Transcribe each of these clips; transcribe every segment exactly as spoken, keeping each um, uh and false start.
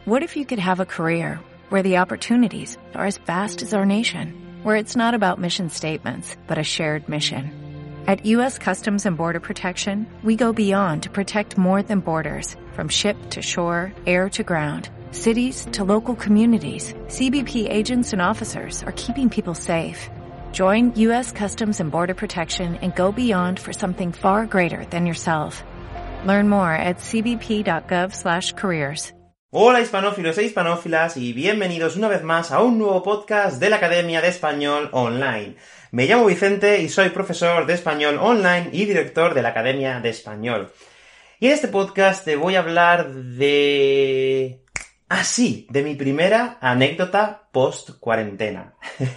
What if you could have a career where the opportunities are as vast as our nation, where it's not about mission statements, but a shared mission? At U S Customs and Border Protection, we go beyond to protect more than borders, from ship to shore, air to ground, cities to local communities. C B P agents and officers are keeping people safe. Join U S Customs and Border Protection and go beyond for something far greater than yourself. Learn more at c b p dot gov slash careers. Hola hispanófilos e hispanófilas y bienvenidos una vez más a un nuevo podcast de la Academia de Español Online. Me llamo Vicente y soy profesor de Español Online y director de la Academia de Español. Y en este podcast te voy a hablar de... Ah, sí, de mi primera anécdota post-cuarentena.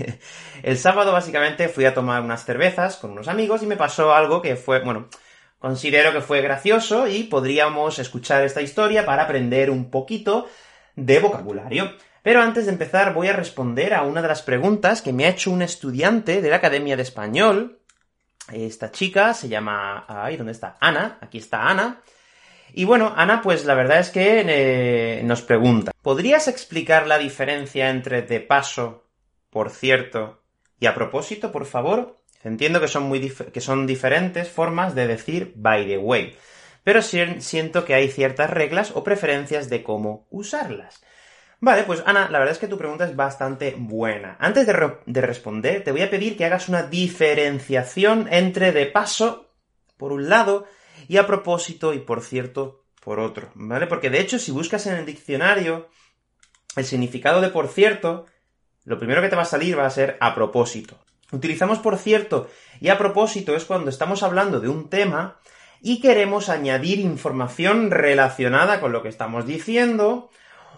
El sábado básicamente fui a tomar unas cervezas con unos amigos y me pasó algo que fue, bueno... Considero que fue gracioso y podríamos escuchar esta historia para aprender un poquito de vocabulario. Pero antes de empezar voy a responder a una de las preguntas que me ha hecho un estudiante de la Academia de Español. Esta chica se llama... Ay, ¿dónde está? Ana. Aquí está Ana. Y bueno, Ana, pues la verdad es que eh, nos pregunta: ¿podrías explicar la diferencia entre de paso, por cierto, y a propósito, por favor? Entiendo que son muy dif- que son diferentes formas de decir by the way, pero si- siento que hay ciertas reglas o preferencias de cómo usarlas. Vale, pues Ana, la verdad es que tu pregunta es bastante buena. Antes de, re- de responder, te voy a pedir que hagas una diferenciación entre de paso, por un lado, y a propósito y por cierto, por otro, ¿vale? Porque de hecho, si buscas en el diccionario el significado de por cierto, lo primero que te va a salir va a ser a propósito. Utilizamos por cierto y a propósito es cuando estamos hablando de un tema y queremos añadir información relacionada con lo que estamos diciendo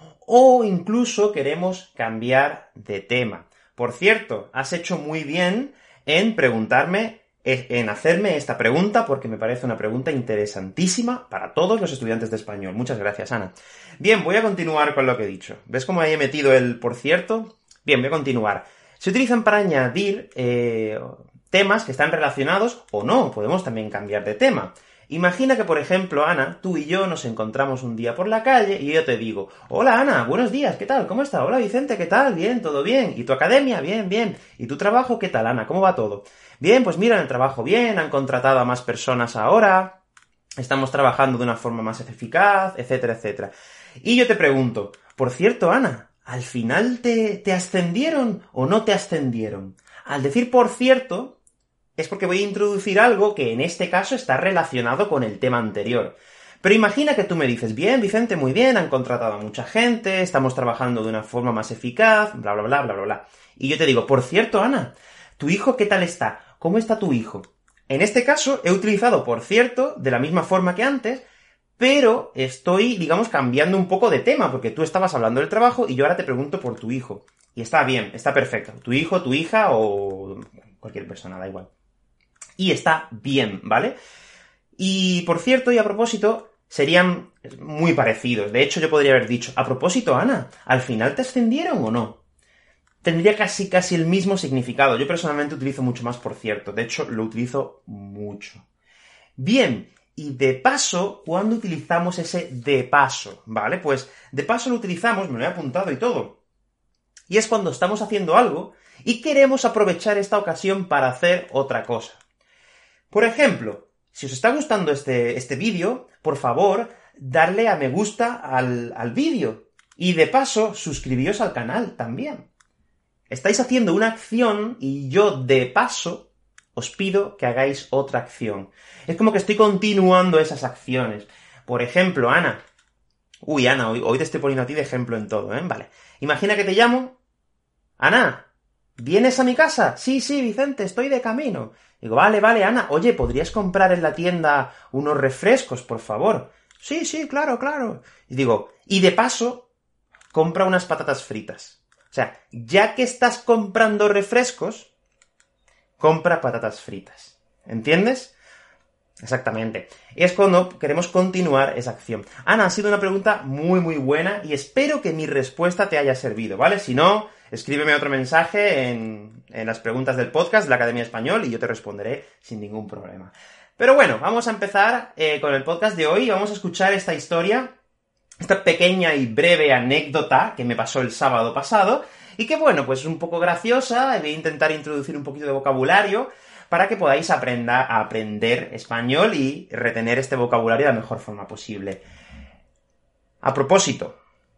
o incluso queremos cambiar de tema. Por cierto, has hecho muy bien en preguntarme, en hacerme esta pregunta porque me parece una pregunta interesantísima para todos los estudiantes de español. Muchas gracias, Ana. Bien, voy a continuar con lo que he dicho. ¿Ves cómo ahí he metido el por cierto? Bien, voy a continuar. Se utilizan para añadir eh, temas que están relacionados o no, podemos también cambiar de tema. Imagina que, por ejemplo, Ana, tú y yo nos encontramos un día por la calle y yo te digo: hola Ana, buenos días, ¿qué tal? ¿Cómo está? Hola Vicente, ¿qué tal? Bien, todo bien. ¿Y tu academia? Bien, bien. ¿Y tu trabajo? ¿Qué tal, Ana? ¿Cómo va todo? Bien, pues mira, en el trabajo bien, han contratado a más personas ahora, estamos trabajando de una forma más eficaz, etcétera, etcétera. Y yo te pregunto: por cierto, Ana, ¿al final te, te ascendieron o no te ascendieron? Al decir por cierto, es porque voy a introducir algo que en este caso está relacionado con el tema anterior. Pero imagina que tú me dices: bien, Vicente, muy bien, han contratado a mucha gente, estamos trabajando de una forma más eficaz, bla, bla, bla, bla, bla, bla. Y yo te digo: por cierto, Ana, ¿tu hijo qué tal está? ¿Cómo está tu hijo? En este caso he utilizado por cierto de la misma forma que antes, pero estoy, digamos, cambiando un poco de tema, porque tú estabas hablando del trabajo y yo ahora te pregunto por tu hijo. Y está bien, está perfecto. Tu hijo, tu hija o cualquier persona, da igual. Y está bien, ¿vale? Y, por cierto, y a propósito, serían muy parecidos. De hecho, yo podría haber dicho: a propósito, Ana, ¿al final te ascendieron o no? Tendría casi, casi el mismo significado. Yo personalmente utilizo mucho más por cierto. De hecho, lo utilizo mucho. Bien. Y de paso, ¿cuándo utilizamos ese de paso? ¿Vale? Pues de paso lo utilizamos, me lo he apuntado y todo. Y es cuando estamos haciendo algo y queremos aprovechar esta ocasión para hacer otra cosa. Por ejemplo, si os está gustando este, este vídeo, por favor, darle a me gusta al, al vídeo. Y de paso, suscribíos al canal también. Estáis haciendo una acción y yo de paso os pido que hagáis otra acción. Es como que estoy continuando esas acciones. Por ejemplo, Ana. Uy, Ana, hoy, hoy te estoy poniendo a ti de ejemplo en todo, ¿eh? Vale. Imagina que te llamo. Ana, ¿vienes a mi casa? Sí, sí, Vicente, estoy de camino. Digo: vale, vale, Ana. Oye, ¿podrías comprar en la tienda unos refrescos, por favor? Sí, sí, claro, claro. Y digo: y de paso, compra unas patatas fritas. O sea, ya que estás comprando refrescos, compra patatas fritas. ¿Entiendes? Exactamente. Es cuando queremos continuar esa acción. Ana, ha sido una pregunta muy, muy buena y espero que mi respuesta te haya servido, ¿vale? Si no, escríbeme otro mensaje en, en las preguntas del podcast de la Academia de Español y yo te responderé sin ningún problema. Pero bueno, vamos a empezar eh, con el podcast de hoy. Vamos a escuchar esta historia esta pequeña y breve anécdota que me pasó el sábado pasado, y que bueno, pues es un poco graciosa, voy a intentar introducir un poquito de vocabulario para que podáis aprenda, aprender español y retener este vocabulario de la mejor forma posible. A propósito,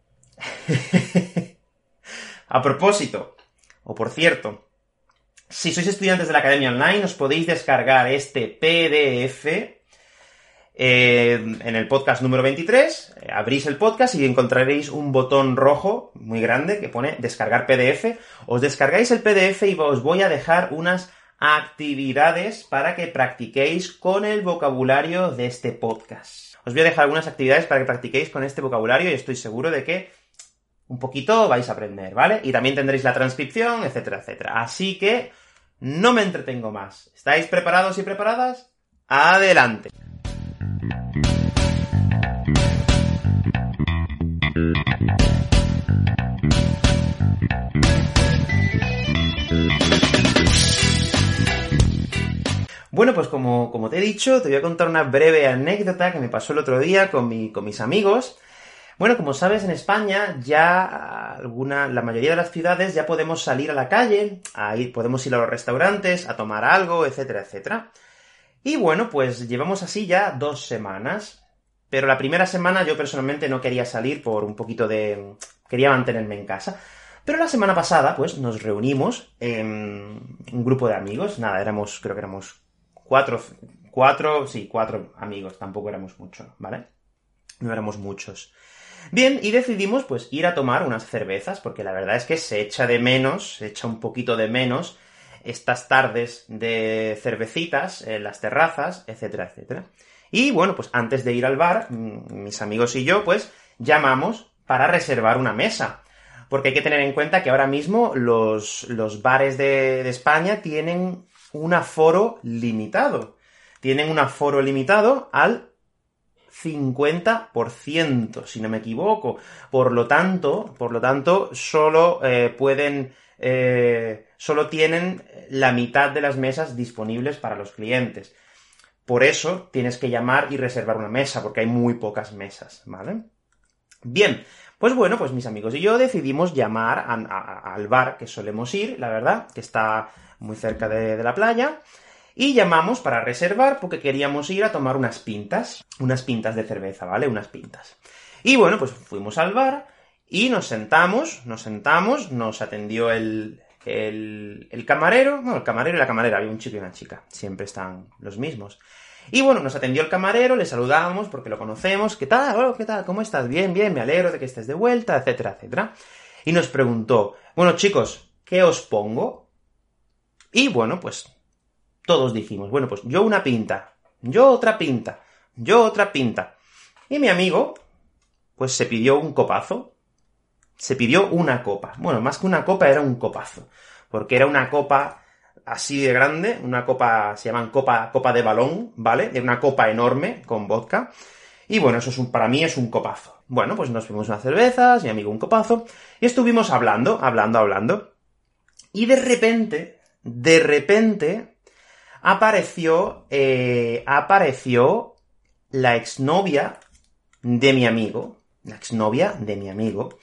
a propósito, o por cierto, si sois estudiantes de la Academia Online, os podéis descargar este P D F eh, en el podcast número veintitrés, eh, abrís el podcast y encontraréis un botón rojo muy grande que pone descargar P D F, os descargáis el P D F y os voy a dejar unas actividades para que practiquéis con el vocabulario de este podcast. Os voy a dejar algunas actividades para que practiquéis con este vocabulario y estoy seguro de que un poquito vais a aprender, ¿vale? Y también tendréis la transcripción, etcétera, etcétera. Así que no me entretengo más. ¿Estáis preparados y preparadas? ¡Adelante! Bueno, pues como, como te he dicho, te voy a contar una breve anécdota que me pasó el otro día con, mi, con mis amigos. Bueno, como sabes, en España ya alguna, la mayoría de las ciudades ya podemos salir a la calle, a ir, podemos ir a los restaurantes, a tomar algo, etcétera, etcétera. Y bueno, pues llevamos así ya dos semanas. Pero la primera semana yo personalmente no quería salir por un poquito de... quería mantenerme en casa. Pero la semana pasada, pues, nos reunimos en un grupo de amigos. Nada, éramos, creo que éramos cuatro, cuatro, sí, cuatro amigos. Tampoco éramos muchos, ¿vale? No éramos muchos. Bien, y decidimos, pues, ir a tomar unas cervezas, porque la verdad es que se echa de menos, se echa un poquito de menos estas tardes de cervecitas en las terrazas, etcétera, etcétera. Y bueno, pues antes de ir al bar, mis amigos y yo, pues, llamamos para reservar una mesa. Porque hay que tener en cuenta que ahora mismo los, los bares de, de España tienen un aforo limitado. Tienen un aforo limitado al cincuenta por ciento, si no me equivoco. Por lo tanto, por lo tanto, solo eh, pueden, eh, solo tienen la mitad de las mesas disponibles para los clientes. Por eso tienes que llamar y reservar una mesa, porque hay muy pocas mesas, ¿vale? Bien, pues bueno, pues mis amigos y yo decidimos llamar a, a, al bar que solemos ir, la verdad, que está muy cerca de, de la playa, y llamamos para reservar porque queríamos ir a tomar unas pintas, unas pintas de cerveza, ¿vale? Unas pintas. Y bueno, pues fuimos al bar y nos sentamos, nos sentamos, nos atendió el, el, el camarero, no, el camarero y la camarera, había un chico y una chica, siempre están los mismos. Y bueno, nos atendió el camarero, le saludábamos porque lo conocemos, ¿qué tal? Oh, ¿qué tal? ¿Cómo estás? Bien, bien, me alegro de que estés de vuelta, etcétera, etcétera. Y nos preguntó, bueno, chicos, ¿qué os pongo? Y bueno, pues todos dijimos, bueno, pues yo una pinta, yo otra pinta, yo otra pinta. Y mi amigo, pues se pidió un copazo, se pidió una copa. Bueno, más que una copa era un copazo, porque era una copa así de grande, una copa, se llaman copa, copa de balón, ¿vale? Era una copa enorme con vodka. Y bueno, eso es un, para mí es un copazo. Bueno, pues nos fuimos unas cervezas, mi amigo un copazo, y estuvimos hablando, hablando, hablando. Y de repente, de repente, apareció, eh, apareció la exnovia de mi amigo, la exnovia de mi amigo.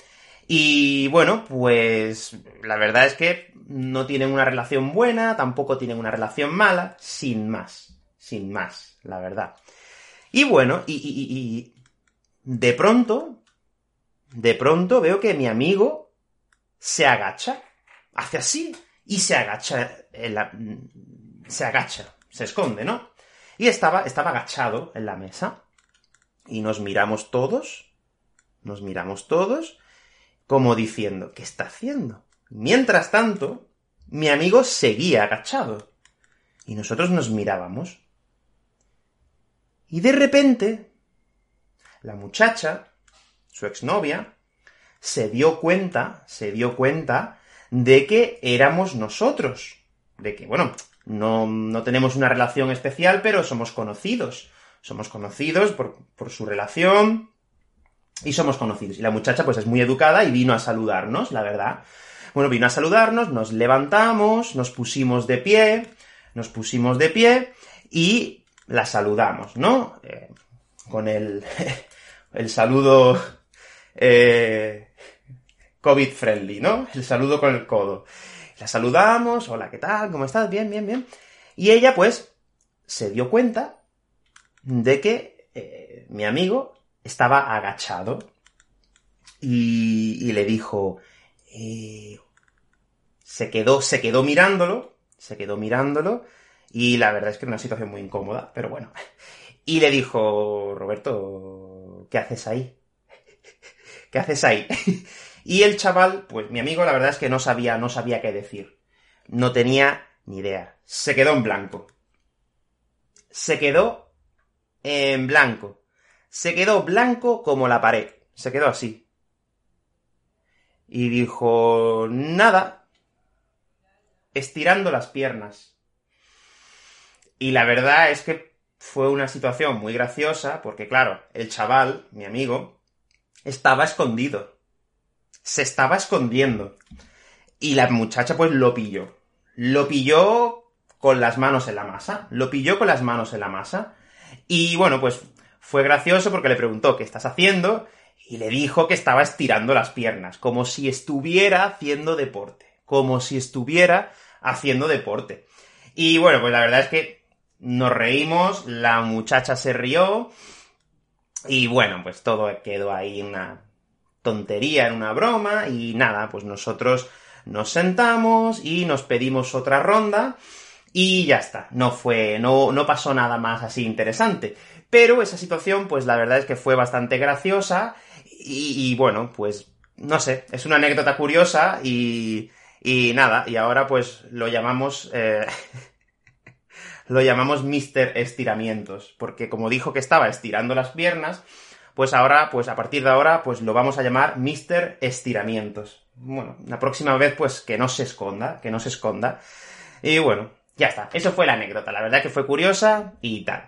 Y bueno, pues la verdad es que no tienen una relación buena, tampoco tienen una relación mala, sin más, sin más, la verdad. Y bueno, y, y, y de pronto, de pronto veo que mi amigo se agacha, hace así, y se agacha, en la, se agacha, se esconde, ¿no? Y estaba, estaba agachado en la mesa, y nos miramos todos, nos miramos todos, como diciendo, ¿qué está haciendo? Mientras tanto, mi amigo seguía agachado. Y nosotros nos mirábamos. Y de repente, la muchacha, su exnovia, se dio cuenta, se dio cuenta de que éramos nosotros. De que, bueno, no, no tenemos una relación especial, pero somos conocidos. Somos conocidos por, por su relación... Y somos conocidos. Y la muchacha, pues, es muy educada y vino a saludarnos, la verdad. Bueno, vino a saludarnos, nos levantamos, nos pusimos de pie, nos pusimos de pie y la saludamos, ¿no? Eh, con el, el saludo, eh, COVID friendly, ¿no? El saludo con el codo. La saludamos, hola, ¿qué tal? ¿Cómo estás? Bien, bien, bien. Y ella, pues, se dio cuenta de que eh, mi amigo estaba agachado y, y le dijo... Eh, se quedó, se quedó mirándolo, se quedó mirándolo, y la verdad es que era una situación muy incómoda, pero bueno. Y le dijo, Roberto, ¿qué haces ahí? ¿Qué haces ahí? Y el chaval, pues mi amigo, la verdad es que no sabía, no sabía qué decir. No tenía ni idea. Se quedó en blanco. Se quedó en blanco. Se quedó blanco como la pared. Se quedó así. Y dijo, nada, estirando las piernas. Y la verdad es que fue una situación muy graciosa, porque claro, el chaval, mi amigo, estaba escondido. Se estaba escondiendo. Y la muchacha pues lo pilló. Lo pilló con las manos en la masa. Lo pilló con las manos en la masa. Y bueno, pues fue gracioso porque le preguntó ¿qué estás haciendo? Y le dijo que estaba estirando las piernas, como si estuviera haciendo deporte. Como si estuviera haciendo deporte. Y bueno, pues la verdad es que nos reímos, la muchacha se rió, y bueno, pues todo quedó ahí en una tontería, en una broma, y nada, pues nosotros nos sentamos y nos pedimos otra ronda, y ya está. No fue, no, no pasó nada más así interesante. Pero esa situación, pues la verdad es que fue bastante graciosa, y, y bueno, pues, no sé, es una anécdota curiosa, y... Y nada, y ahora pues lo llamamos... Eh, lo llamamos míster Estiramientos, porque como dijo que estaba estirando las piernas, pues ahora, pues a partir de ahora, pues lo vamos a llamar míster Estiramientos. Bueno, la próxima vez pues que no se esconda, que no se esconda. Y bueno, ya está, eso fue la anécdota, la verdad que fue curiosa y tal.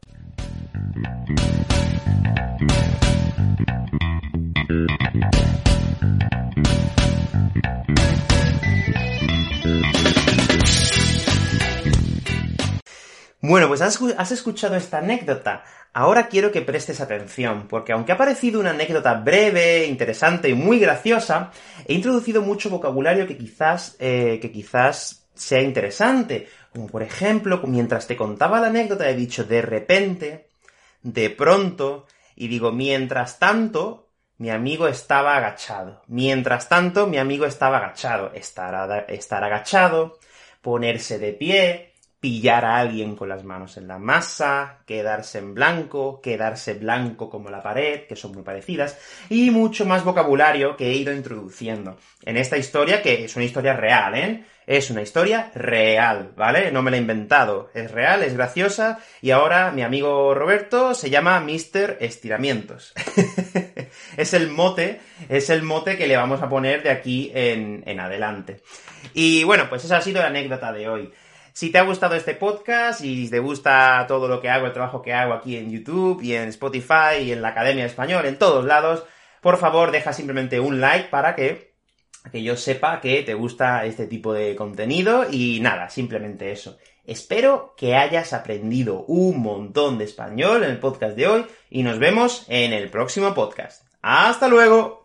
Bueno, pues has, has escuchado esta anécdota. Ahora quiero que prestes atención, porque aunque ha parecido una anécdota breve, interesante y muy graciosa, he introducido mucho vocabulario que quizás, eh, que quizás sea interesante. Como por ejemplo, mientras te contaba la anécdota he dicho de repente, de pronto, y digo mientras tanto, mi amigo estaba agachado. Mientras tanto, mi amigo estaba agachado. Estar, estar agachado, ponerse de pie... pillar a alguien con las manos en la masa, quedarse en blanco, quedarse blanco como la pared, que son muy parecidas, y mucho más vocabulario que he ido introduciendo en esta historia, que es una historia real, ¿eh? Es una historia real, ¿vale? No me la he inventado, es real, es graciosa, y ahora mi amigo Roberto se llama míster Estiramientos. Es el mote, es el mote que le vamos a poner de aquí en, en adelante. Y bueno, pues esa ha sido la anécdota de hoy. Si te ha gustado este podcast y te gusta todo lo que hago, el trabajo que hago aquí en YouTube y en Spotify y en la Academia de Español, en todos lados, por favor deja simplemente un like para que, que yo sepa que te gusta este tipo de contenido y nada, simplemente eso. Espero que hayas aprendido un montón de español en el podcast de hoy y nos vemos en el próximo podcast. ¡Hasta luego!